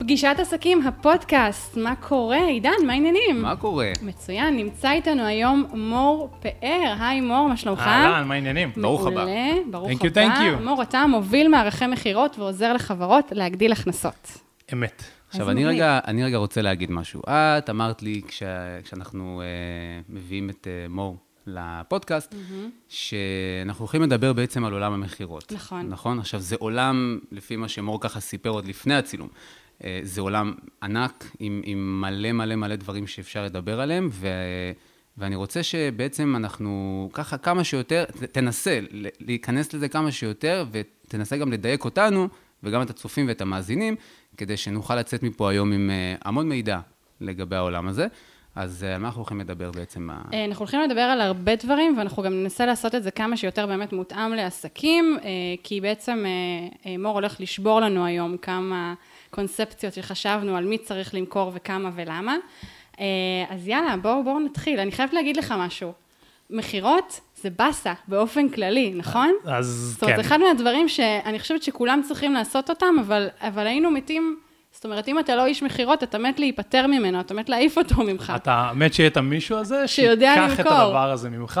פגישת עסקים, הפודקאסט, מה קורה? עידן, מה העניינים? מה קורה? מצוין, נמצא איתנו היום מור פאר. היי מור, מה שלומך? אהלן, מה העניינים? ברוך הבא. מעולה, ברוך Thank you, הבא. thank you. מור, אתה מוביל מערכי מחירות ועוזר לחברות להגדיל הכנסות. אמת. עכשיו, אני רגע רוצה להגיד משהו. את אמרת לי, כשאנחנו מביאים את מור לפודקאסט, שאנחנו הולכים לדבר בעצם על עולם המחירות. נכון. נכון? עכשיו, זה עולם, לפי מה שמור ככה סיפר עוד לפני הצילום, זה עולם ענק, עם מלא מלא מלא דברים שאפשר לדבר עליהם, ואני רוצה שבעצם אנחנו ככה כמה שיותר, תנסה להיכנס לזה כמה שיותר, ותנסה גם לדייק אותנו, וגם את הצופים ואת המאזינים, כדי שנוכל לצאת מפה היום עם המון מידע לגבי העולם הזה. אז על מה אנחנו הולכים לדבר בעצם? אנחנו הולכים לדבר על הרבה דברים, ואנחנו גם ננסה לעשות את זה כמה שיותר באמת מותאם לעסקים, כי בעצם מור הולך לשבור לנו היום כמה קונספציות שחשבנו על מי צריך למכור וכמה ולמה. אז יאללה, בואו נתחיל. אני חייבת להגיד לך משהו. מחירות זה בסה באופן כללי, נכון? אז זאת אומרת, אחד מהדברים שאני חושבת שכולם צריכים לעשות אותם, אבל היינו מתים, זאת אומרת, אם אתה לא איש מחירות, אתה מת להיפטר ממנו, אתה מת להעיף אותו ממך. אתה מת שיהיה את המישהו הזה, שיודע שיקח את למכור. הדבר הזה ממך,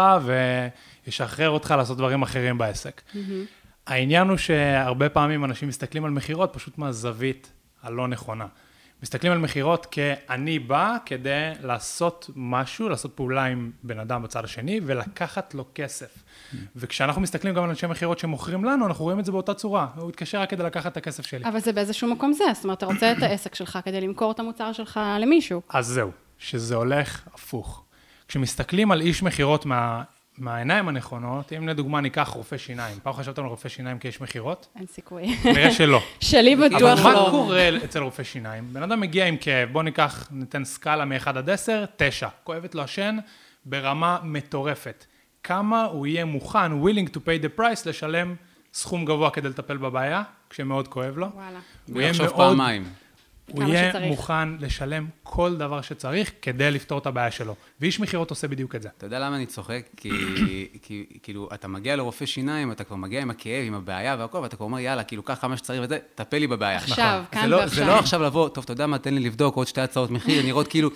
וישחרר אותך לעשות דברים אחרים בעסק. העניין הוא שהרבה פעמים אנשים מסתכלים על מחירות, פשוט מהזווית הלא נכונה. מסתכלים על מחירות כאני בא כדי לעשות משהו, לעשות פעולה עם בן אדם בצד השני, ולקחת לו כסף. וכשאנחנו מסתכלים גם על אנשי מחירות שמוכרים לנו, אנחנו רואים את זה באותה צורה. הוא התקשר רק כדי לקחת את הכסף שלי. אבל זה באיזשהו מקום זה, זאת אומרת, אתה רוצה את העסק שלך כדי למכור את המוצר שלך למישהו. אז זהו, שזה הולך הפוך. כשמסתכלים על איש מחירות מהעיניים הנכונות, אם לדוגמה ניקח רופא שיניים, פעם חשבתם על רופא שיניים כאיש מחירות? אין סיכוי. נראה שלא. שלי בטוח אבל מה לא. קורה אצל רופא שיניים? בן אדם מגיע עם כאב, בוא ניקח, ניתן סקאלה מ-1 עד 10, 9. כואבת לו השן ברמה מטורפת. כמה הוא יהיה מוכן, willing to pay the price, לשלם סכום גבוה כדי לטפל בבעיה, כשמאוד כואב לו. וואלה. הוא יהיה עכשיו מאוד... פעמיים. הוא כמה יהיה שצריך. מוכן לשלם כל דבר שצריך כדי לפתור את הבעיה שלו. ואיש מחירות עושה בדיוק את זה. אתה יודע למה אני צוחק? כי כאילו, אתה מגיע לרופא שיניים, אתה כבר מגיע עם הכאב, עם הבעיה והכל, ואתה כבר אומר, יאללה, כאילו, קח כמה שצריך וזה, טפל לי בבעיה. עכשיו, כאן זה לא- ועכשיו. זה לא עכשיו לבוא, טוב, אתה יודע מה, תן לי לבדוק עוד 2 הצעות מחיר, נראות כאילו,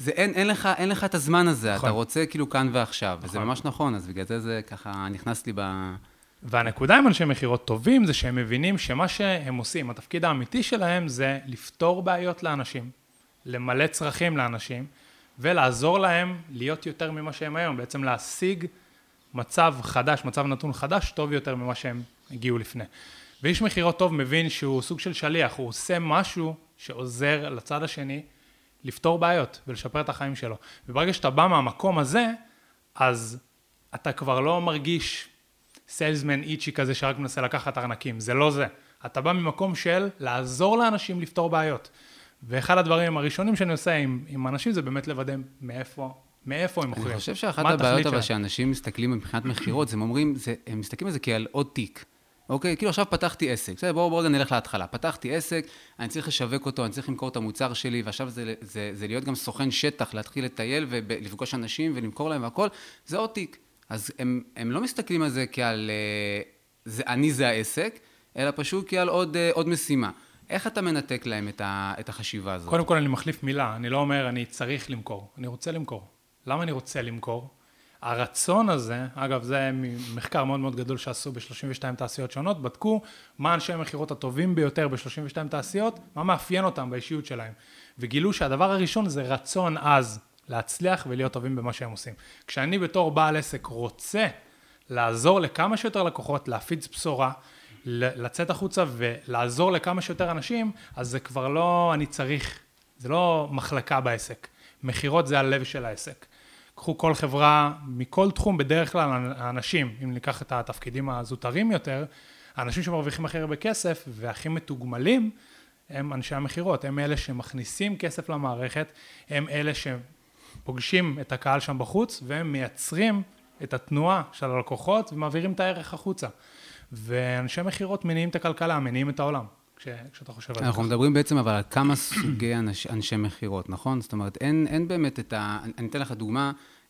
אין לך את הזמן הזה, אתה רוצה כאילו כאן ועכשיו, וזה ממש נכון, אז בגלל זה ככה נכנס לי והנקודה עם אנשי מחירות טובים זה שהם מבינים שמה שהם עושים, התפקיד האמיתי שלהם זה לפתור בעיות לאנשים, למלא צרכים לאנשים, ולעזור להם להיות יותר ממה שהם היום, בעצם להשיג מצב חדש, מצב נתון חדש, טוב יותר ממה שהם הגיעו לפני. ואיש מחירות טוב מבין שהוא סוג של שליח, הוא עושה משהו שעוזר לצד השני לפתור בעיות ולשפר את החיים שלו. וברגע שאתה בא מהמקום הזה, אז אתה כבר לא מרגיש סיילסמן איצ'י כזה שרק מנסה לקחת ארנקים, זה לא זה. אתה בא ממקום של לעזור לאנשים לפתור בעיות. ואחד הדברים הראשונים שאני עושה עם אנשים זה באמת לוודא מאיפה הם מוכרים. אני חושב שאחת הבעיות אבל שאנשים מסתכלים מבחינת מחירות, הם מסתכלים על זה כעל עוד תיק. אוקיי? כאילו עכשיו פתחתי עסק. בסדר, בואו רגע נלך להתחלה. פתחתי עסק, אני צריך לשווק אותו, אני צריך למכור את המוצר שלי, ועכשיו זה להיות גם סוכן שטח, להתחיל לטייל ולפגוש אנשים ולמכור להם והכל. זה עוד תיק. אז הם לא מסתכלים על זה כעל, זה העסק, אלא פשוט כעל עוד משימה. איך אתה מנתק להם את החשיבה הזאת? קודם כל אני מחליף מילה, אני לא אומר אני צריך למכור, אני רוצה למכור. למה אני רוצה למכור? הרצון הזה, אגב זה מחקר מאוד מאוד גדול שעשו ב-32 תעשיות שונות, בדקו מה אנשי המחירות הטובים ביותר ב-32 תעשיות, מה מאפיין אותם באישיות שלהם. וגילו שהדבר הראשון זה רצון עז להצליח ולהיות טובים במה שהם עושים. כשאני בתור בעל עסק רוצה לעזור לכמה שיותר לקוחות, להפיץ בשורה, לצאת החוצה ולעזור לכמה שיותר אנשים, אז זה כבר לא אני צריך, זה לא מחלקה בעסק. מחירות זה הלב של העסק. קחו כל חברה, מכל תחום, בדרך כלל האנשים, אם ניקח את התפקידים הזוטרים יותר, האנשים שמרוויחים הכי הרבה כסף והכי מתוגמלים, הם אנשי המחירות, הם אלה שמכניסים כסף למערכת, הם אלה שפוגשים את הקהל שם בחוץ, והם מייצרים את התנועה של הלקוחות ומעבירים את הערך החוצה. ואנשי מחירות מניעים את הכלכלה, מניעים את העולם, כשאתה חושב על זה. אנחנו מדברים בעצם אבל על כמה סוגי אנשי מחירות, נכון? זאת אומרת, אין באמת אני אתן לך דוגמה,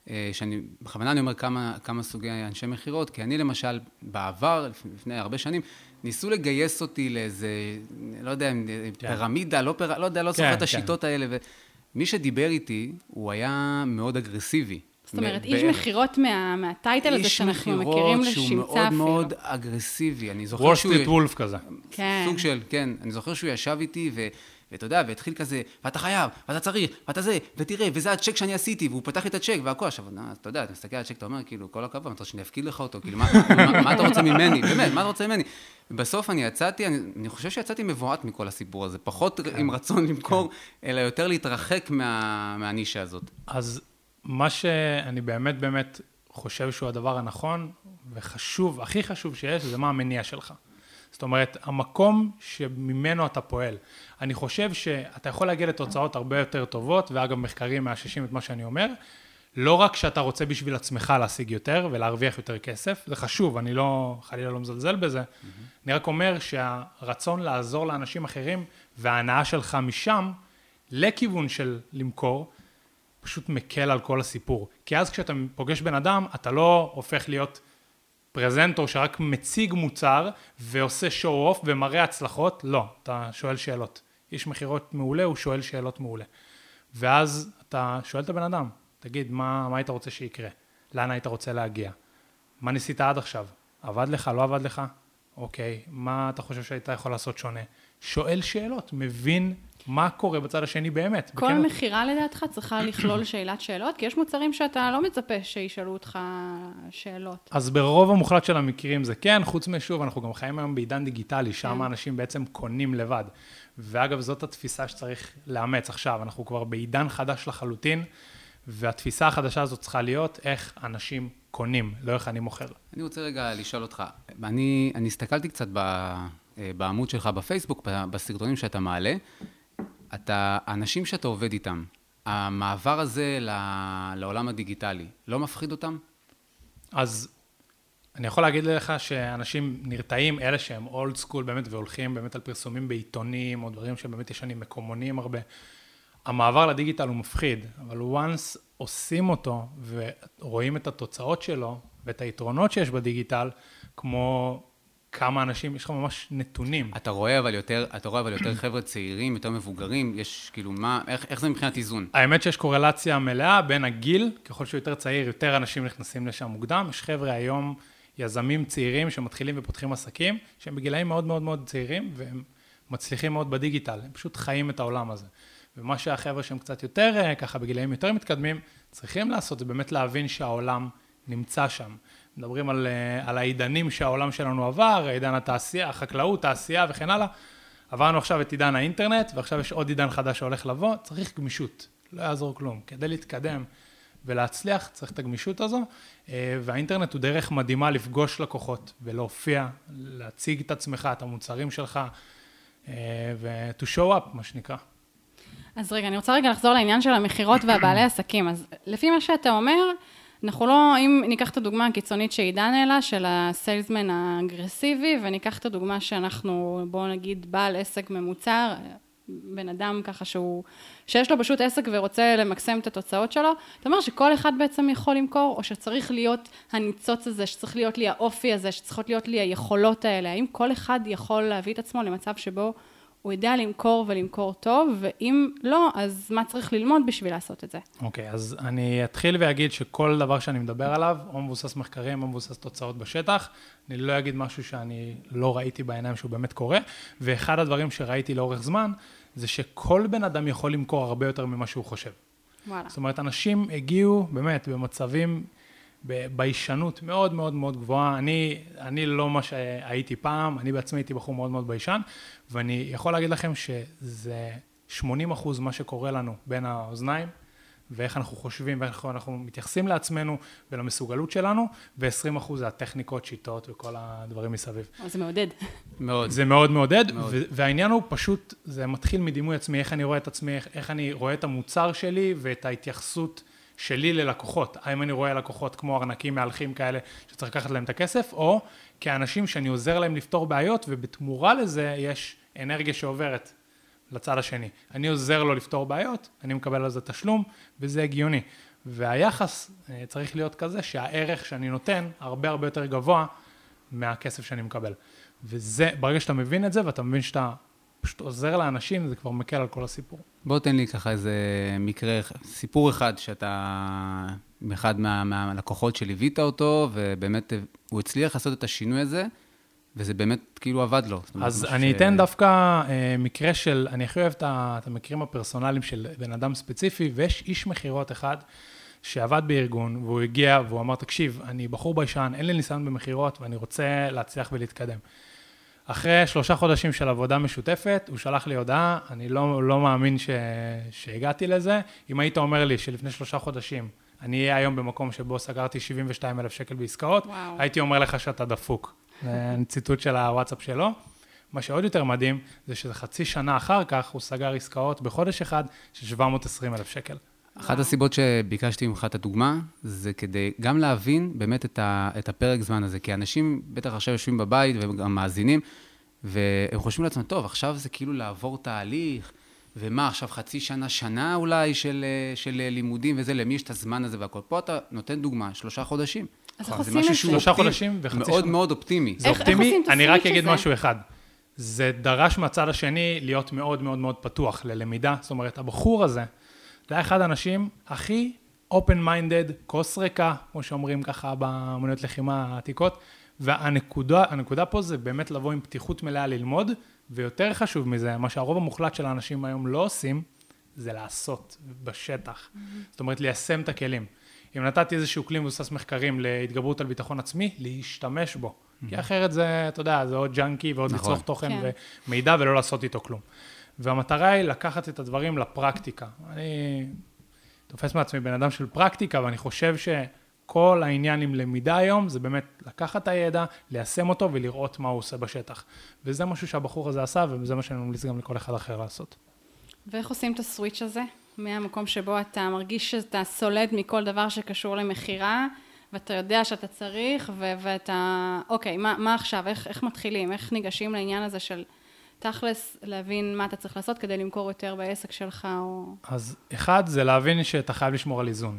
בכוונה אני אומר כמה סוגי אנשי מחירות, כי אני למשל, בעבר, לפני הרבה שנים, ניסו לגייס אותי לאיזה, לא יודע, פירמידה, לא יודע, לא זוכר את השיטות האלה, ומי שדיבר איתי, הוא היה מאוד אגרסיבי. זאת אומרת, איש מחירות מהטייטל הזה שאנחנו מכירים לשמצה אפילו. איש מחירות שהוא מאוד מאוד אגרסיבי. אני זוכר וול סטריט וולף כזה. סוג של, כן. אני זוכר שהוא ישב איתי ואתה יודע, והתחיל כזה, ואתה חייב, ואתה צריך, ואתה זה, ותראה, וזה הצ'ק שאני עשיתי, והוא פתח את הצ'ק, והכל. עכשיו, אתה יודע, אתה מסתכל על הצ'ק, אתה אומר, כאילו, כל הכבוד, אתה שאני אפקיד לך אותו, כאילו, מה אתה רוצה ממני? באמת, מה אתה רוצה ממני? בסוף אני יצאתי, אני חושב שיצאתי מבועת מכל הסיפור הזה, פחות עם רצון למכור, אלא יותר להתרחק מהנישה הזאת. אז מה שאני באמת חושב שהוא הדבר הנכון וחשוב, הכי חשוב שיש, זה מה המניע שלך. זאת אומרת, המקום שממנו אתה פועל. אני חושב שאתה יכול להגיע לתוצאות הרבה יותר טובות, ואגב מחקרים מאששים את מה שאני אומר, לא רק שאתה רוצה בשביל עצמך להשיג יותר ולהרוויח יותר כסף, זה חשוב, אני חלילה לא מזלזל בזה, אני רק אומר שהרצון לעזור לאנשים אחרים וההנאה שלך משם, לכיוון של למכור, פשוט מקל על כל הסיפור. כי אז כשאתה פוגש בן אדם, אתה לא הופך להיות פרזנטור שרק מציג מוצר ועושה שואו אוף ומראה הצלחות, לא, אתה שואל שאלות. איש מחירות מעולה, הוא שואל שאלות מעולה. ואז אתה שואל את הבן אדם, תגיד, מה היית רוצה שיקרה? לאן היית רוצה להגיע? מה ניסית עד עכשיו? עבד לך, לא עבד לך? אוקיי, מה אתה חושב שהיית יכול לעשות שונה? שואל שאלות, מבין מה קורה בצד השני באמת. כל מחירה לדעתך צריכה לכלול שאלת שאלות, כי יש מוצרים שאתה לא מצפה שישאלו אותך שאלות. אז ברוב המוחלט של המקרים זה כן, חוץ משוב, אנחנו גם חיים היום בעידן דיגיטלי, שם האנשים בעצם קונים לבד. ואגב, זאת התפיסה שצריך לאמץ עכשיו, אנחנו כבר בעידן חדש לחלוטין, והתפיסה החדשה הזאת צריכה להיות איך אנשים קונים, לא איך אני מוכר. אני רוצה רגע לשאול אותך, אני הסתכלתי קצת בעמוד שלך בפייסבוק, בסרטונים שאתה מעלה, האנשים שאתה עובד איתם, המעבר הזה לעולם הדיגיטלי, לא מפחיד אותם? אז אני יכול להגיד לך שאנשים נרתעים, אלה שהם אולד סקול באמת, והולכים באמת על פרסומים בעיתונים, או דברים שבאמת ישנים מקומונים הרבה. המעבר לדיגיטל הוא מפחיד, אבל once עושים אותו, ורואים את התוצאות שלו, ואת היתרונות שיש בדיגיטל, כמו כמה אנשים, יש לך ממש נתונים. אתה רואה אבל יותר חבר'ה צעירים, יותר מבוגרים, יש כאילו איך זה מבחינת איזון? האמת שיש קורלציה מלאה בין הגיל, ככל שהוא יותר צעיר, יותר אנשים נכנסים לשם מוקדם. יש חבר'ה היום, יזמים צעירים שמתחילים ופותחים עסקים, שהם בגילאים מאוד מאוד מאוד צעירים, והם מצליחים מאוד בדיגיטל, הם פשוט חיים את העולם הזה. ומה שהחבר'ה שהם קצת יותר, ככה בגילאים יותר מתקדמים, צריכים לעשות, זה באמת להבין שהעולם נמצא שם. מדברים על העידנים שהעולם שלנו עבר, עידן התעשייה, החקלאות, תעשייה וכן הלאה. עברנו עכשיו את עידן האינטרנט, ועכשיו יש עוד עידן חדש שהולך לבוא, צריך גמישות, לא יעזור כלום. כדי להתקדם ולהצליח, צריך את הגמישות הזו, והאינטרנט הוא דרך מדהימה לפגוש לקוחות, ולהופיע, להציג את עצמך, את המוצרים שלך, ו-to show up, מה שנקרא. אז רגע, אני רוצה רגע לחזור לעניין של המחירות והבעלי עסקים. אז לפי מה שאתה אומר, אנחנו לא, אם ניקח את הדוגמה הקיצונית שעידן העלה, של הסיילסמן האגרסיבי, וניקח את הדוגמה שאנחנו, בואו נגיד, בעל עסק ממוצר, בן אדם ככה שיש לו פשוט עסק ורוצה למקסם את התוצאות שלו, אתה אומר שכל אחד בעצם יכול למכור, או שצריך להיות הניצוץ הזה, שצריך להיות לי האופי הזה, שצריכות להיות לי היכולות האלה, האם כל אחד יכול להביא את עצמו למצב שבו הוא יודע למכור ולמכור טוב, ואם לא, אז מה צריך ללמוד בשביל לעשות את זה? אוקיי, אז אני אתחיל ואגיד שכל דבר שאני מדבר עליו, או מבוסס מחקרים, או מבוסס תוצאות בשטח, אני לא אגיד משהו שאני לא ראיתי בעיניים שהוא באמת קורה, ואחד הדברים שראיתי לאורך זמן, זה שכל בן אדם יכול למכור הרבה יותר ממה שהוא חושב. וואלה. זאת אומרת, אנשים הגיעו באמת במצבים, בישנות מאוד מאוד מאוד גבוהה. אני לא מה שהייתי פעם, אני בעצמי הייתי בחור מאוד מאוד בישן, ואני יכול להגיד לכם שזה 80% מה שקורה לנו בין האוזניים, ואיך אנחנו חושבים, ואיך אנחנו מתייחסים לעצמנו ולמסוגלות שלנו, ו-20% זה הטכניקות, שיטות וכל הדברים מסביב. זה מעודד. מאוד. זה מאוד מעודד, והעניין הוא פשוט, זה מתחיל מדימוי עצמי, איך אני רואה את עצמי, איך אני רואה את המוצר שלי, ואת ההתייחסות שלי ללקוחות. האם אני רואה לקוחות כמו ארנקים מהלכים כאלה, שצריך לקחת להם את הכסף, או כאנשים שאני עוזר להם לפתור בעיות, ובתמורה לזה יש אנרגיה שעוברת לצד השני. אני עוזר לו לפתור בעיות, אני מקבל על זה תשלום, וזה הגיוני. והיחס צריך להיות כזה שהערך שאני נותן הרבה הרבה יותר גבוה מהכסף שאני מקבל. וזה, ברגע שאתה מבין את זה, ואתה מבין שאתה פשוט עוזר לאנשים, זה כבר מקל על כל הסיפור. בוא תן לי ככה איזה מקרה, סיפור אחד שאתה, אחד מהלקוחות שליווית אותו, ובאמת הוא הצליח לעשות את השינוי הזה, וזה באמת כאילו עבד לו. אז אני אתן דווקא מקרה של, אני הכי אוהב את המקרים הפרסונליים של בן אדם ספציפי, ויש איש מחירות אחד שעבד בארגון, והוא הגיע והוא אמר, תקשיב, אני בחור ביישן, אין לי ניסיון במחירות, ואני רוצה להצליח ולהתקדם. אחרי 3 חודשים של עבודה משותפת, הוא שלח לי הודעה, אני לא מאמין שהגעתי לזה. אם היית אומר לי שלפני 3 חודשים, אני אהיה היום במקום שבו סגרתי 72,000 שקל בעסקאות, הייתי אומר לך שאתה דפוק. זה ציטוט של הוואטסאפ שלו. מה שעוד יותר מדהים, זה שזה חצי שנה אחר כך, הוא סגר עסקאות בחודש אחד של 720,000 שקל. אחת הסיבות שביקשתי ממך את הדוגמה, זה כדי גם להבין באמת את הפרק זמן הזה, כי אנשים בטח עכשיו יושבים בבית וגם מאזינים, והם חושבים לעצמם, טוב, עכשיו זה כאילו לעבור תהליך, ומה, עכשיו חצי שנה, שנה אולי של לימודים וזה, למי יש את הזמן הזה והכל. פה אתה נותן דוגמה, 3 חודשים. אז איך עושים את זה? 3 חודשים וחצי שנה. מאוד מאוד אופטימי. זה אופטימי, אני רק אגיד משהו אחד. זה דרש מהצד השני להיות מאוד מאוד מאוד פתוח ללמידה, זאת אומרת, הבחור הזה, זה היה אחד האנשים הכי open-minded, כוס ריקה, כמו שאומרים ככה באמנויות לחימה העתיקות, והנקודה פה זה באמת לבוא עם פתיחות מלאה ללמוד, ויותר חשוב מזה, מה שהרוב המוחלט של האנשים היום לא עושים, זה לעשות בשטח. זאת אומרת, ליישם את הכלים. אם נתתי איזשהו כלי מבוסס מחקרים להתגברות על ביטחון עצמי, להשתמש בו. כי אחרת זה, אתה יודע, זה עוד ג'אנקי ועוד לצרוך תוכן ומידע ולא לעשות איתו כלום. והמטרה היא לקחת את הדברים לפרקטיקה. אני תופס מעצמי בן אדם של פרקטיקה, ואני חושב שכל העניין עם למידה היום, זה באמת לקחת את הידע, ליישם אותו ולראות מה הוא עושה בשטח. וזה משהו שהבחור הזה עשה, וזה מה שאני ממליץ גם לכל אחד אחר לעשות. ואיך עושים את הסוויץ' הזה? מהמקום שבו אתה מרגיש שאתה סולד מכל דבר שקשור למחירה, ואתה יודע שאתה צריך, ואתה, אוקיי, מה עכשיו? איך מתחילים? איך ניגשים לעניין הזה של תכלס להבין מה אתה צריך לעשות כדי למכור יותר בעסק שלך או... אז אחד זה להבין שאתה חייב לשמור על איזון.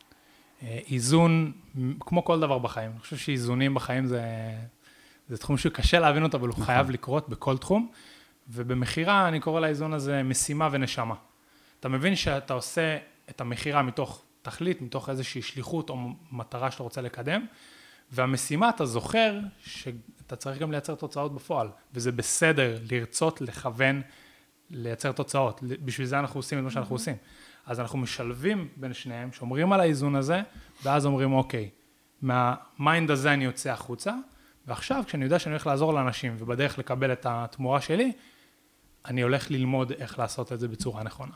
איזון, כמו כל דבר בחיים. אני חושב שאיזונים בחיים זה תחום שקשה להבין אותו, אבל הוא חייב לקרות בכל תחום. ובמחירה אני קורא לאיזון הזה משימה ונשמה. אתה מבין שאתה עושה את המחירה מתוך תכלית, מתוך איזושהי שליחות או מטרה שאתה רוצה לקדם, והמשימה אתה זוכר שאתה צריך גם לייצר תוצאות בפועל, וזה בסדר לרצות, לכוון, לייצר תוצאות. בשביל זה אנחנו עושים את מה שאנחנו עושים. אז אנחנו משלבים בין שניהם, שומרים על האיזון הזה, ואז אומרים, אוקיי, מהמיינד הזה אני יוצא החוצה, ועכשיו כשאני יודע שאני הולך לעזור לאנשים, ובדרך לקבל את התמורה שלי, אני הולך ללמוד איך לעשות את זה בצורה נכונה.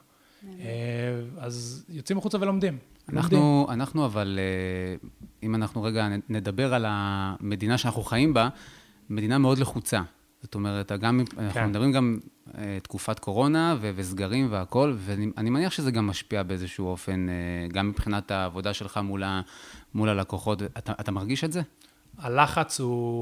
אז יוצאים החוצה ולומדים. אנחנו אבל, אם אנחנו רגע נדבר על המדינה שאנחנו חיים בה, מדינה מאוד לחוצה. זאת אומרת, אנחנו מדברים גם תקופת קורונה וסגרים והכל, ואני מניח שזה גם משפיע באיזשהו אופן, גם מבחינת העבודה שלך מול הלקוחות. אתה מרגיש את זה? הלחץ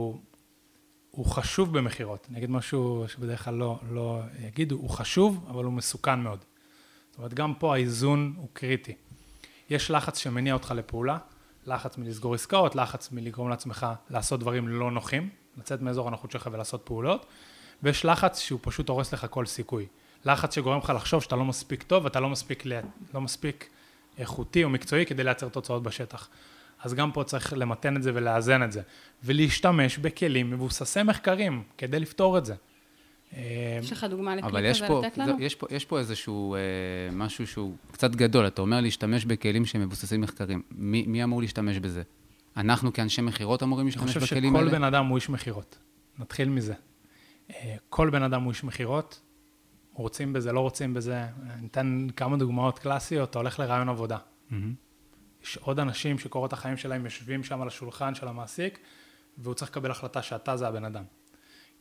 הוא חשוב במחירות. אני אגיד משהו שבדרך כלל לא יגידו, הוא חשוב, אבל הוא מסוכן מאוד. זאת אומרת, גם פה האיזון הוא קריטי. יש לחץ שמניע אותך לפעולה, לחץ מלסגור עסקאות, לחץ מלגרום לעצמך לעשות דברים לא נוחים, לצאת מאזור הנוחות שלך ולעשות פעולות, ויש לחץ שהוא פשוט הורס לך כל סיכוי. לחץ שגורם לך לחשוב שאתה לא מספיק טוב, ואתה לא מספיק איכותי או מקצועי כדי לייצר תוצאות בשטח. אז גם פה צריך למתן את זה ולאזן את זה, ולהשתמש בכלים מבוססי מחקרים כדי לפתור את זה. יש לך דוגמה לכלי כזה לתת לנו? יש פה איזשהו משהו שהוא קצת גדול. אתה אומר להשתמש בכלים שמבוססים מחקרים. מי אמור להשתמש בזה? אנחנו כאנשי מחירות אמורים להשתמש בכלים האלה? אני חושב שכל בן אדם הוא איש מחירות. נתחיל מזה. כל בן אדם הוא איש מחירות. רוצים בזה, לא רוצים בזה. ניתן כמה דוגמאות קלאסיות. אתה הולך לרעיון עבודה. יש עוד אנשים שקורות החיים שלהם יושבים שם על השולחן של המעסיק, והוא צריך לקבל החלטה שאתה זה הבן אדם.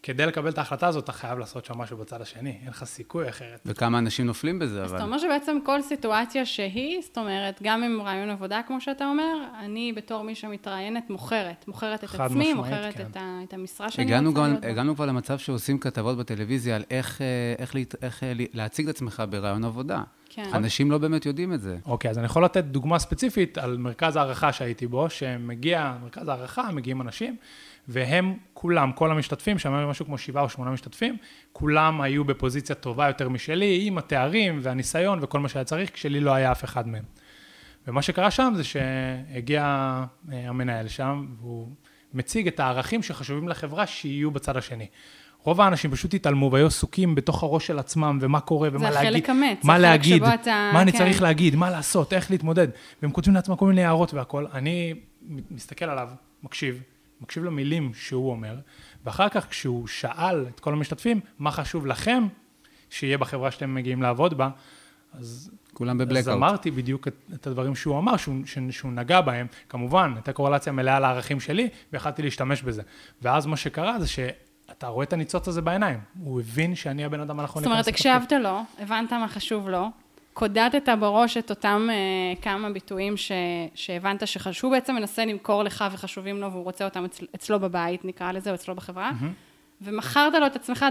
כדי לקבל את ההחלטה הזאת, אתה חייב לעשות שם משהו בצד השני, אין לך סיכוי אחרת. וכמה אנשים נופלים בזה, אבל... זאת אומרת שבעצם כל סיטואציה שהיא, זאת אומרת, גם עם רעיון עבודה, כמו שאתה אומר, אני בתור מי שמתראיינת מוכרת את עצמי, מוכרת את המשרה שאני רוצה להיות בה. הגענו כבר למצב שעושים כתבות בטלוויזיה על איך להציג את עצמך ברעיון עבודה. כן. אנשים לא באמת יודעים את זה. אוקיי, אז אני יכול לתת דוגמה ספציפית על מרכז הערכה שהייתי בו, מרכז הערכה, מגיעים אנשים, והם כולם, כל המשתתפים, שם משהו כמו 7 או 8 משתתפים, כולם היו בפוזיציה טובה יותר משלי, עם התארים והניסיון וכל מה שהיה צריך, כשלי לא היה אף אחד מהם. ומה שקרה שם זה שהגיע המנהל שם, והוא מציג את הערכים שחשובים לחברה שיהיו בצד השני. רוב האנשים פשוט התעלמו והיו עסוקים בתוך הראש של עצמם, ומה קורה, ומה להגיד, זה החלק אמת, מה להגיד, מה אני כן. צריך להגיד, מה לעשות, איך להתמודד, והם כותבים לעצמם כל מיני הערות והכל. אני מסתכל עליו, מקשיב למילים שהוא אומר, ואחר כך כשהוא שאל את כל המשתתפים, מה חשוב לכם שיהיה בחברה שאתם מגיעים לעבוד בה, אז כולם בבלקאוט. אז אמרתי בדיוק את הדברים שהוא אמר, שהוא נגע בהם. כמובן, הייתה קורלציה מלאה לערכים שלי, ויכלתי להשתמש בזה. ואז מה שקרה זה שאתה רואה את הניצוץ הזה בעיניים. הוא הבין שאני הבן אדם הנכון. זאת אומרת, הקשבת לו, הבנת מה חשוב לו, קודדת בראש את אותם כמה ביטויים שהבנת שחשוב, בעצם מנסה למכור לך וחשובים לו, והוא רוצה אותם אצלו בבית, נקרא לזה, או אצלו בחברה, ומכרת לו את עצמך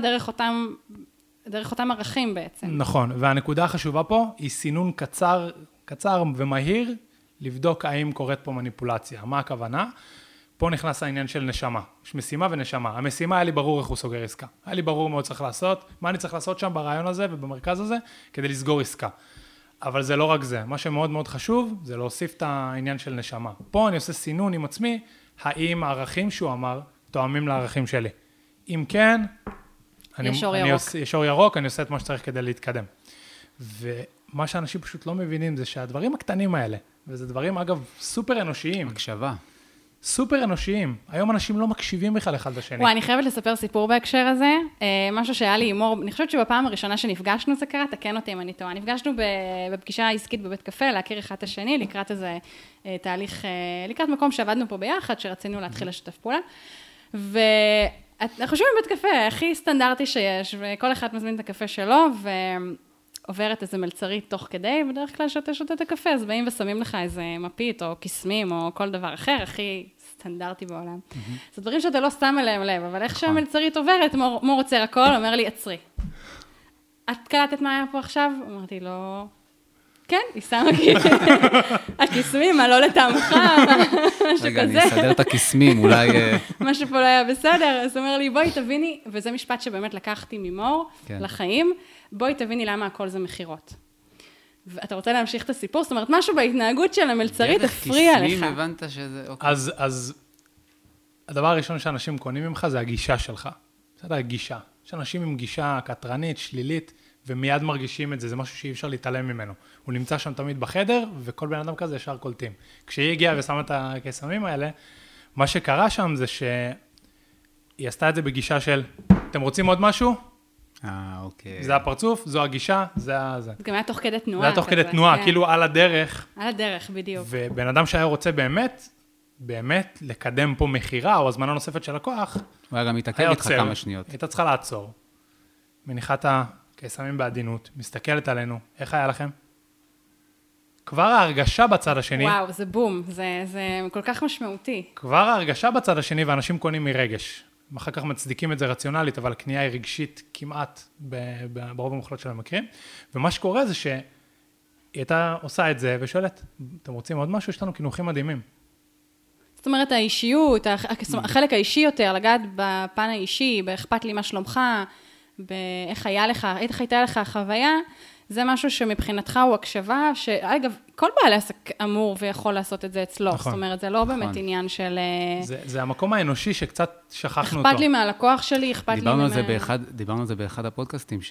דרך אותם ערכים בעצם. נכון, והנקודה החשובה פה היא סינון קצר ומהיר, לבדוק האם קורית פה מניפולציה. מה הכוונה? פה נכנס העניין של נשמה. יש משימה ונשמה. המשימה היה לי ברור איך הוא סוגר עסקה. היה לי ברור מה צריך לעשות, מה אני צריך לעשות שם ברעיון הזה ובמרכז הזה, כדי לסגור עסקה. אבל זה לא רק זה. מה שמאוד מאוד חשוב, זה להוסיף את העניין של נשמה. פה אני עושה סינון עם עצמי, האם הערכים שהוא אמר, תואמים לערכים שלי. אם כן, יש אור ירוק, אני עושה את מה שצריך כדי להתקדם. ומה שאנשים פשוט לא מבינים זה שהדברים הקטנים האלה, וזה דברים אגב סופר אנושיים. הקשבה. סופר אנושיים. היום אנשים לא מקשיבים בכלל אחד לשני. וואי, אני חייבת לספר סיפור בהקשר הזה. משהו שהיה לי הימור, אני חושבת שבפעם הראשונה שנפגשנו זה קרה, תקן אותי אם אני טועה. נפגשנו בפגישה עסקית בבית קפה, להכיר אחד את השני, לקראת איזה תהליך, לקראת מקום שעבדנו פה ביחד, שרצינו להתחיל לשתף פעולה. אנחנו חושבים בבית קפה, הכי סטנדרטי שיש, וכל אחד מזמין את הקפה שלו, ועוברת איזה מלצרית תוך כדי, בדרך כלל שותה את הקפה, אז באים ושמים לך איזה מפית, או כיסמים, או כל דבר אחר, הכי סטנדרטי בעולם. זה דברים שאתה לא שם אליהם לב, אבל איך שהמלצרית עוברת, מור עוצר הכל, אומר לי, עצרי. את קלטת מה היה פה עכשיו? אמרתי לו, כן, היא שמה הכיסמים, מה לא לטעמך, משהו כזה. רגע, אני אסדר את הכיסמים, אולי... משהו פה לא היה בסדר, אז הוא אומר לי, בואי תביני, וזה משפט שבאמת לקחתי ממור לחיים, בואי תביני למה הכל זה מחירות. ואתה רוצה להמשיך את הסיפור? זאת אומרת, משהו בהתנהגות של המלצרית הפריע לך. דרך כיסמים הבנת שזה... אז הדבר הראשון שאנשים קונים ממך זה הגישה שלך. בסדר, הגישה. יש אנשים עם גישה קטרנית, שלילית, ומיד מרגישים את זה, זה משהו שאי אפשר להתעלם ממנו. הוא נמצא שם תמיד בחדר, וכל בן אדם כזה ישר קולטים. כשהיא הגיעה ושמה את הקסמים האלה, מה שקרה שם זה שהיא עשתה את זה בגישה של, אתם רוצים עוד משהו? אוקיי. זה הפרצוף, זו הגישה, זה... זה גם היה תוך כדי תנועה. זה היה תוך כדי תנועה, כאילו על הדרך. על הדרך, בדיוק. ובן אדם שהיה רוצה באמת לקדם פה מחירה, או הזמנה נוספת של לקוח, הוא היה גם מתעכב איתך כמה שניות. הייתה צריכה לעצור. מניחה את הקסמים בעדינות, מסתכלת עלינו, איך היה לכם? כבר ההרגשה בצד השני... וואו, זה בום, זה כל כך משמעותי. כבר ההרגשה בצד השני, ואנשים קונים מרגש. אחר כך מצדיקים את זה רציונלית, אבל הקנייה היא רגשית כמעט ברוב המוחלט של המקרים. ומה שקורה זה שהיא הייתה עושה את זה ושואלת, אתם רוצים עוד משהו? יש לנו קינוחים מדהימים. זאת אומרת, האישיות, החלק האישי יותר, לגעת בפן האישי, באכפת לי מה שלומך, באיך הייתה לך החוויה, זה משהו שמבחינתך הוא הקשבה, שאגב, כל בעל עסק אמור ויכול לעשות את זה אצלו. זאת אומרת, זה לא באמת עניין של... זה המקום האנושי שקצת שכחנו אותו. אכפת לי מהלקוח שלי, אכפת לי... דיברנו על זה באחד הפודקאסטים,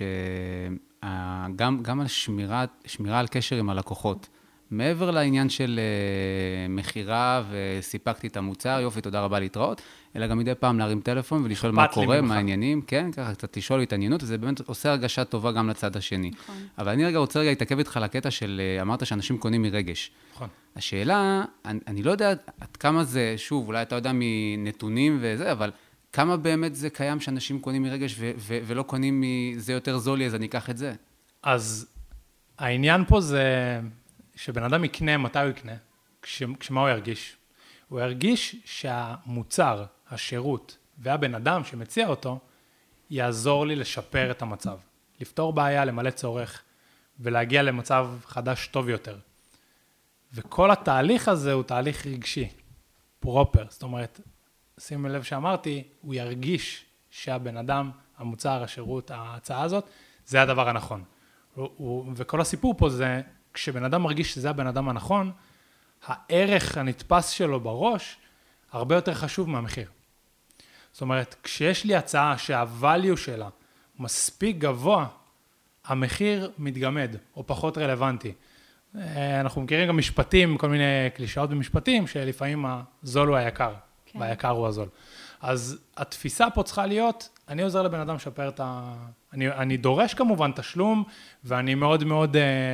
שגם על שמירה על קשר עם הלקוחות. מעבר לעניין של מחירה וסיפקתי את המוצר, יופי, תודה רבה להתראות, אלא גם מדי פעם להרים טלפון ולשאול מה קורה, מה העניינים, כן, ככה, קצת לשאול התעניינות, וזה באמת עושה הרגשה טובה גם לצד השני. נכון. אבל אני רוצה להתעכב איתך לקטע של, אמרת שאנשים קונים מרגש. נכון. השאלה, אני לא יודע עד כמה זה, שוב, אולי אתה יודע מנתונים וזה, אבל כמה באמת זה קיים שאנשים קונים מרגש ולא קונים זה יותר זול לי, אז אני אקח את זה? אז העניין פה זה שבן אדם יקנה, מתי הוא יקנה? כשמה הוא ירגיש? הוא ירגיש שהמוצר, השירות והבן אדם שמציע אותו, יעזור לי לשפר את המצב. לפתור בעיה, למלא צורך, ולהגיע למצב חדש טוב יותר. וכל התהליך הזה הוא תהליך רגשי, פרופר. זאת אומרת, שימו לב שאמרתי, הוא ירגיש שהבן אדם, המוצר, השירות, ההצעה הזאת, זה הדבר הנכון. וכל הסיפור פה זה, כשבן אדם מרגיש שזה הבן אדם הנכון, הערך הנתפס שלו בראש, הרבה יותר חשוב מהמחיר. זאת אומרת, כשיש לי הצעה שהvalue שלה מספיק גבוה, המחיר מתגמד או פחות רלוונטי. אנחנו מכירים גם משפטים, כל מיני קלישאות במשפטים, שלפעמים הזול הוא היקר, כן. והיקר הוא הזול. אז התפיסה פה צריכה להיות, אני עוזר לבן אדם לשפר את אני דורש כמובן תשלום, ואני מאוד מאוד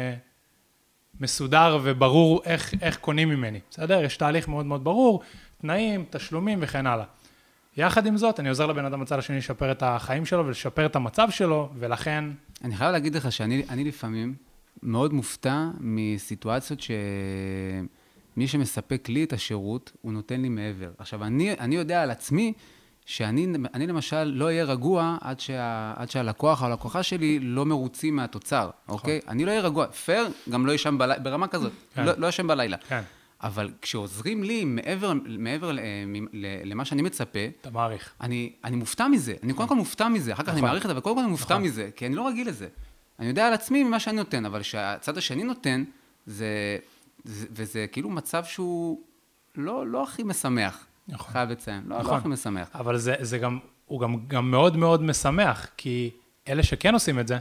מסודר וברור איך קונים ממני. בסדר? יש תהליך מאוד מאוד ברור, תנאים, תשלומים וכן הלאה. יחד עם זאת, אני עוזר לבן אדם הצד השני לשפר את החיים שלו ולשפר את המצב שלו, ולכן... אני חייב להגיד לך שאני לפעמים מאוד מופתע מסיטואציות שמי שמספק לי את השירות, הוא נותן לי מעבר. עכשיו, אני יודע על עצמי שאני למשל לא אהיה רגוע עד שהלקוח או הלקוחה שלי לא מרוצים מהתוצר, אוקיי? אני לא אהיה רגוע. פייר, גם לא ישם ברמה כזאת. לא ישם בלילה. כן. אבל כשעוזרים לי מעבר למה שאני מצפה, אתה מעריך. אני מופתע מזה. אני קודם כל מופתע מזה. אחר כך אני מעריך את זה, אבל קודם כל אני מופתע מזה, כי אני לא רגיל לזה. אני יודע על עצמי ממה שאני נותן, אבל שהצד השני נותן, וזה כאילו מצב שהוא לא הכי משמח. חייב לציין. לא הכי משמח. אבל הוא גם מאוד מאוד משמח, כי אלה שכן עושים את זה,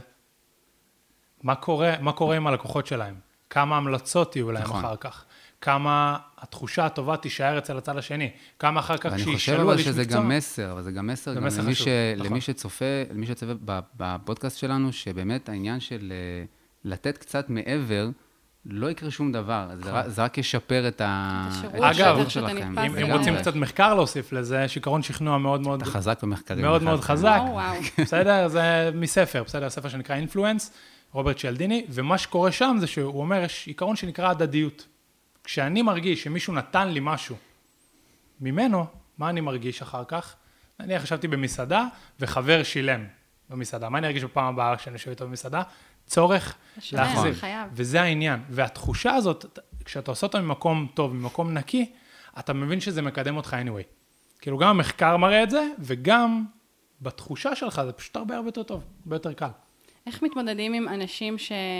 מה קורה עם הלקוחות שלהם? כמה המלצות יהיו להם אחר כך? כמה התחושה הטובה תישאר אצל הצד השני, כמה אחר כך שישאלו על איש מקצוע. ואני חושב שזה גם מסר, אבל זה גם מסר גם למי שצופה בפודקאסט שלנו, שבאמת העניין של לתת קצת מעבר, לא יקרה שום דבר, זה רק ישפר את השירות שלכם. אם רוצים קצת מחקר להוסיף לזה, יש עיקרון שכנוע מאוד מאוד... אתה חזק במחקרים. מאוד מאוד חזק. בסדר? זה מספר, בסדר? ספר שנקרא Influence, רוברט צ'יאלדיני, ומה שקורה שם זה שהוא אומר, יש עיקרון שנקרא הדדיות. כשאני מרגיש שמישהו נתן לי משהו ממנו, מה אני מרגיש אחר כך? אני חשבתי במסעדה, וחבר שילם במסעדה. מה אני ארגיש בפעם הבאה כשאני יושב איתו במסעדה? צורך להחזיר. וזה העניין. והתחושה הזאת, כשאתה עושה אותה ממקום טוב, ממקום נקי, אתה מבין שזה מקדם אותך anyway. כאילו גם המחקר מראה את זה, וגם בתחושה שלך זה פשוט הרבה יותר טוב, הרבה יותר קל. איך מתמודדים עם אנשים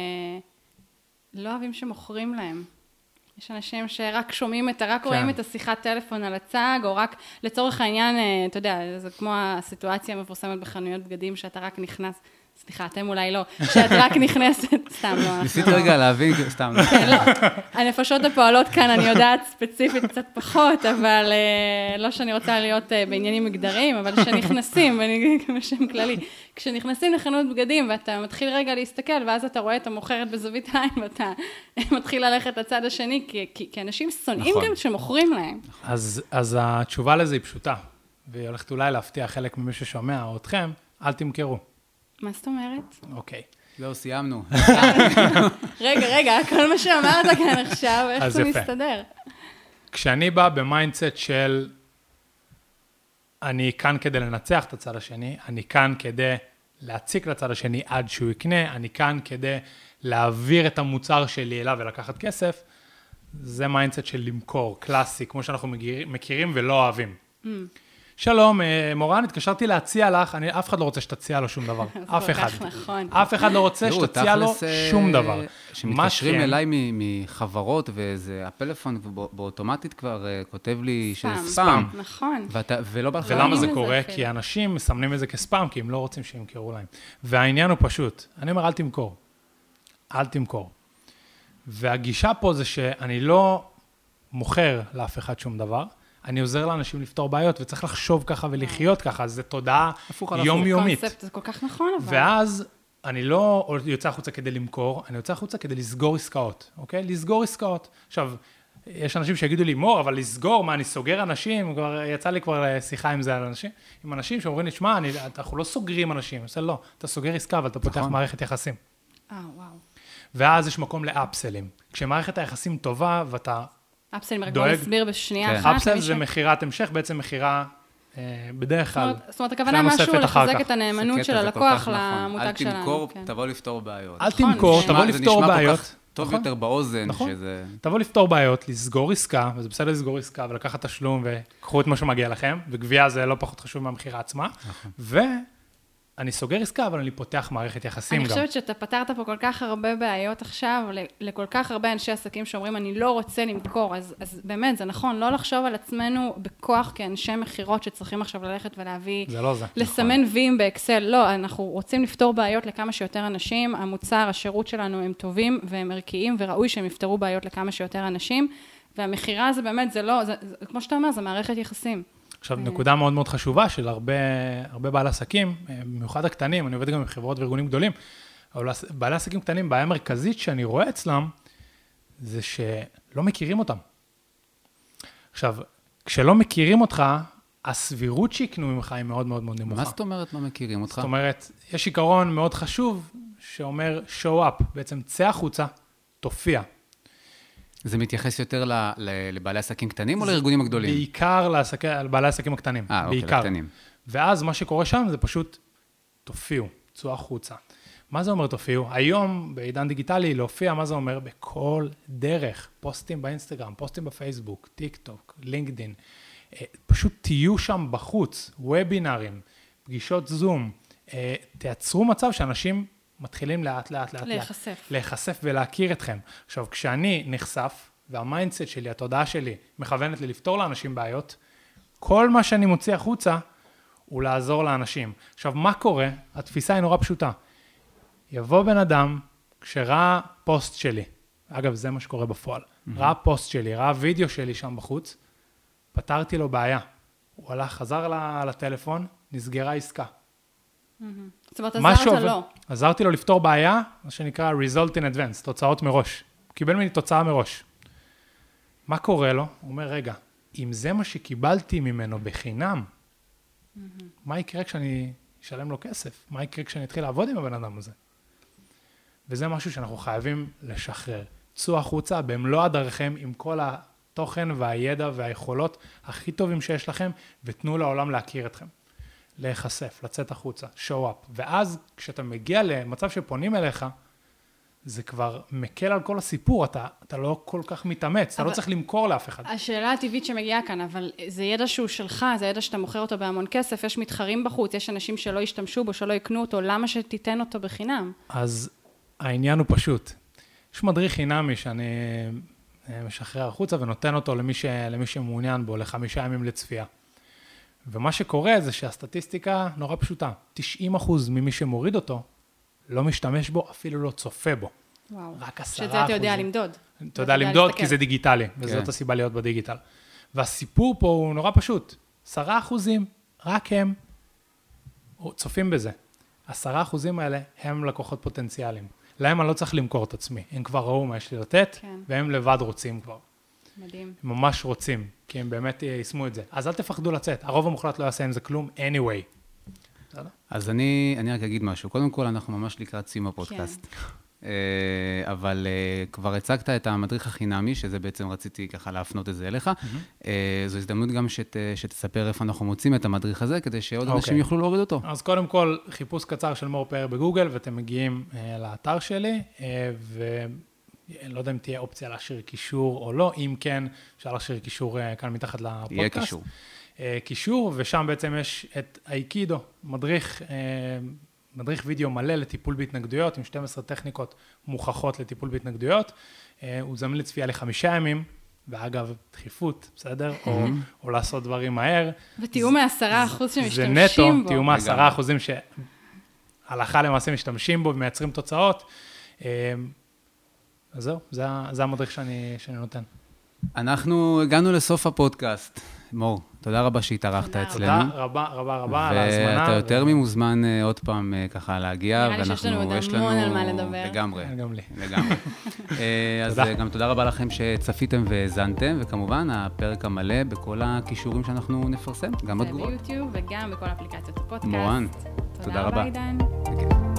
שלא אוהבים שמוכרים להם? יש אנשים שרק שומעים רק רואים את השיחת טלפון על הצג, או רק לצורך העניין, אתה יודע, זה כמו הסיטואציה המפורסמת בחנויות בגדים, שאתה רק נכנס, סליחה, אתם אולי לא, שאת רק נכנסת, סתם לא. ניסית רגע להבין, סתם לא. כן, לא. הנפשות הפועלות כאן, אני יודעת ספציפית קצת פחות, אבל לא שאני רוצה להיות בעניינים מגדריים, אבל כשנכנסים, ואני אגיד בשם כללי, כשנכנסים לחנות בגדים, ואתה מתחיל רגע להסתכל, ואז אתה רואה את המוכרת בזווית העין, ואתה מתחיל ללכת לצד השני, כי אנשים שונאים גם שמוכרים להם. אז התשובה לזה היא פשוטה, והיא הולכת אולי להפתיע חלק ממי ששומע או אתכם, אל תמכרו. מה זאת אומרת? אוקיי. זהו, סיימנו. רגע, כל מה שאמרת כאן עכשיו, איך זה מסתדר? כשאני בא במיינדסט של אני כאן כדי לנצח את הצד השני, אני כאן כדי להציק לצד השני עד שהוא יקנה, אני כאן כדי להעביר את המוצר שלי אליו ולקחת כסף, זה מיינדסט של למכור, קלאסי, כמו שאנחנו מכירים ולא אוהבים. שלום, מורן, התקשרתי להציע לך, אף אחד לא רוצה שתציע לו שום דבר, אף אחד. נכון. אף אחד לא רוצה שתציע לו שום דבר. שמתקשרים אליי מחברות, והפלאפון באוטומטית כבר כותב לי שזה ספאם. נכון. ולמה זה קורה? כי אנשים מסמנים את זה כספאם, כי הם לא רוצים שימכרו להם. והעניין הוא פשוט, אני אומר, אל תמכור. אל תמכור. והגישה פה זה שאני לא מוכר לאף אחד שום דבר, אני עוזר לאנשים לפתור בעיות, וצריך לחשוב ככה ולחיות ככה, אז זו תודעה יומיומית. קונספט, זה כל כך נכון, אבל... ואז אני לא יוצא החוצה כדי למכור, אני יוצא החוצה כדי לסגור עסקאות, אוקיי? לסגור עסקאות. עכשיו, יש אנשים שיגידו לי, מור, אבל לסגור, מה, אני סוגר אנשים? יצא לי כבר שיחה עם זה על אנשים, עם אנשים שאומרים לי, שמע, אנחנו לא סוגרים אנשים. אני עושה, לא, אתה סוגר עסקה, אבל אתה פותח מערכת יחסים. וואו. ואז יש מקום לאפסלים. כשמערכת היחסים טובה, ואתה אפסלים, רק בוא נסביר בשנייה אחת. אפסל זה מחירת המשך, בעצם מחירה בדרך כלל. זאת אומרת, הכוונה משהו לחזק את הנאמנות של הלקוח למותג שלנו. אל תמכור, תבוא לפתור בעיות. אל תמכור, תבוא לפתור בעיות. טוב יותר באוזן, שזה... תבוא לפתור בעיות, לסגור עסקה, וזה בסדר לסגור עסקה, ולקחת תשלום, וקחו את מה שמגיע לכם, וגבייה זה לא פחות חשוב מהמחירה עצמה, ואני סוגר עסקה, אבל אני פותח מערכת יחסים גם. אני חושבת שאתה פתרת פה כל כך הרבה בעיות עכשיו, לכל כך הרבה אנשי עסקים שאומרים, אני לא רוצה למכור, אז באמת, זה נכון, לא לחשוב על עצמנו בכוח כאנשי מחירות שצריכים עכשיו ללכת ולהביא, זה לא זה. לסמן ויים באקסל, לא, אנחנו רוצים לפתור בעיות לכמה שיותר אנשים, המוצר, השירות שלנו הם טובים והם ערכיים, וראוי שהם יפתרו בעיות לכמה שיותר אנשים, והמחירה זה באמת, זה לא, כמו שאתה אומר, זה מערכת יחסים. עכשיו, נקודה מאוד מאוד חשובה של הרבה בעלי עסקים, במיוחד הקטנים, אני עובד גם עם חברות וארגונים גדולים, אבל בעלי עסקים קטנים, בעיה מרכזית שאני רואה אצלם, זה שלא מכירים אותם. עכשיו, כשלא מכירים אותך, הסבירות שיקנו ממך היא מאוד מאוד מאוד נמוכה. מה זאת אומרת לא מכירים אותך? זאת אומרת, יש עיקרון מאוד חשוב, שאומר show up, בעצם צא החוצה, תופיע. זה מתייחס יותר לבעלי עסקים קטנים או לארגונים הגדולים? בעיקר לבעלי עסקים הקטנים. אוקיי, לקטנים. ואז מה שקורה שם זה פשוט תופיעו, צאו החוצה. מה זה אומר תופיעו? היום בעידן דיגיטלי להופיע, מה זה אומר? בכל דרך, פוסטים באינסטגרם, פוסטים בפייסבוק, טיק טוק, לינקדין, פשוט תהיו שם בחוץ, וובינרים, פגישות זום, תייצרו מצב שאנשים מתחילים לאט להיחשף ולהכיר אתכם. עכשיו, כשאני נחשף, והמיינדסט שלי, התודעה שלי, מכוונת לי לפתור לאנשים בעיות, כל מה שאני מוציא החוצה, הוא לעזור לאנשים. עכשיו, מה קורה? התפיסה היא נורא פשוטה. יבוא בן אדם, כשראה פוסט שלי, אגב, זה מה שקורה בפועל, ראה פוסט שלי, ראה וידאו שלי שם בחוץ, פתרתי לו בעיה. הוא הלך, חזר לטלפון, נסגרה עסקה. זאת אומרת, עזרת לו. עזרתי לו לפתור בעיה, מה שנקרא result in advance, תוצאות מראש. הוא קיבל ממני תוצאה מראש. מה קורה לו? הוא אומר, רגע, אם זה מה שקיבלתי ממנו בחינם, מה יקרה כשאני אשלם לו כסף? מה יקרה כשאני אתחיל לעבוד עם הבן אדם הזה? וזה משהו שאנחנו חייבים לשחרר. צאו החוצה במלוא הדרכם עם כל התוכן והידע והיכולות הכי טובים שיש לכם, ותנו לעולם להכיר אתכם. להיחשף, לצאת החוצה, show up. ואז כשאתה מגיע למצב שפונים אליך, זה כבר מקל על כל הסיפור, אתה לא כל כך מתאמץ, אתה לא צריך למכור לאף אחד. השאלה הטבעית שמגיעה כאן, אבל זה ידע שהוא שלך, זה ידע שאתה מוכר אותו בהמון כסף, יש מתחרים בחוץ, יש אנשים שלא ישתמשו בו, שלא יקנו אותו, למה שתיתן אותו בחינם? אז העניין הוא פשוט. יש מדריך חינמי שאני משחרר החוצה ונותן אותו למי שמעוניין בו, ל5 ימים לצפייה. ומה שקורה זה שהסטטיסטיקה נורא פשוטה. 90% ממי שמוריד אותו, לא משתמש בו, אפילו לא צופה בו. וואו. רק 10%. שזה אתה יודע למדוד. אתה יודע למדוד כי זה דיגיטלי, וזאת הסיבה להיות בדיגיטל. והסיפור פה הוא נורא פשוט. 10% רק הם צופים בזה. 10% האלה הם לקוחות פוטנציאליים. להם אני לא צריך למכור את עצמי. הם כבר ראו מה יש לי לתת, והם לבד רוצים כבר. מדהים. הם ממש רוצים, כי הם באמת יישמו את זה. אז אל תפחדו לצאת. הרוב המוחלט לא יעשה עם זה כלום anyway. אז אני רק אגיד משהו. קודם כל, אנחנו ממש לקראת סיום הפודקאסט. אבל כבר הצגת את המדריך החינמי, שזה בעצם רציתי ככה להפנות את זה אליך. זו הזדמנות גם שתספר איפה אנחנו מוצאים את המדריך הזה, כדי שעוד אנשים יוכלו להוריד אותו. אז קודם כל, חיפוש קצר של מור פאר בגוגל, ואתם מגיעים לאתר שלי, לא יודע אם תהיה אופציה להשאיר קישור או לא, אם כן, אפשר להשאיר קישור כאן מתחת לפודקאסט. יהיה קישור. קישור, ושם בעצם יש את האיקידו, מדריך וידאו מלא לטיפול בהתנגדויות, עם 12 טכניקות מוכחות לטיפול בהתנגדויות. הוא זמין לצפייה ל5 ימים, ואגב, דחיפות, בסדר? או לעשות דברים מהר. ותהיו מ10% שמשתמשים בו. זה נטו, תהיו מ10% שהלכה למעשה משתמשים בו ומייצרים תוצאות. אז זהו, זה המדריך שאני נותן. אנחנו הגענו לסוף הפודקאסט. מור, תודה רבה שהתארחת אצלנו. תודה רבה רבה רבה על ההזמנה. ואתה יותר ממוזמן עוד פעם ככה להגיע. נראה לי שיש לנו עוד המון על מה לדבר. לגמרי. גם לי. לגמרי. אז גם תודה רבה לכם שצפיתם והזנתם, וכמובן הפרק המלא בכל הכישורים שאנחנו נפרסם, גם בתגובות. ביוטיוב וגם בכל אפליקציות הפודקאסט. מורן, תודה רבה. תודה רבה עידן.